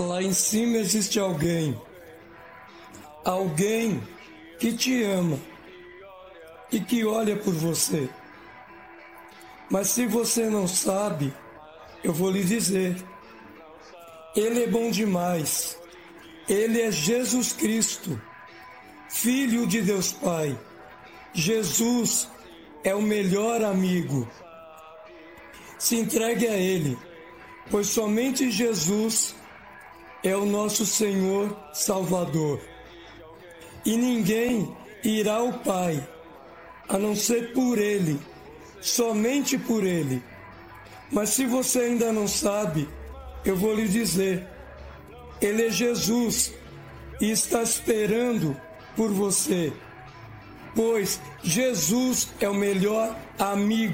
Lá em cima existe alguém que te ama e que olha por você. Mas se você não sabe, eu vou lhe dizer. Ele é bom demais. Ele é Jesus Cristo, Filho de Deus Pai. Jesus é o melhor amigo. Se entregue a Ele, pois somente Jesus é o nosso Senhor Salvador. E ninguém irá ao Pai, a não ser por Ele, somente por Ele. Mas se você ainda não sabe, eu vou lhe dizer. Ele é Jesus e está esperando por você, pois Jesus é o melhor amigo.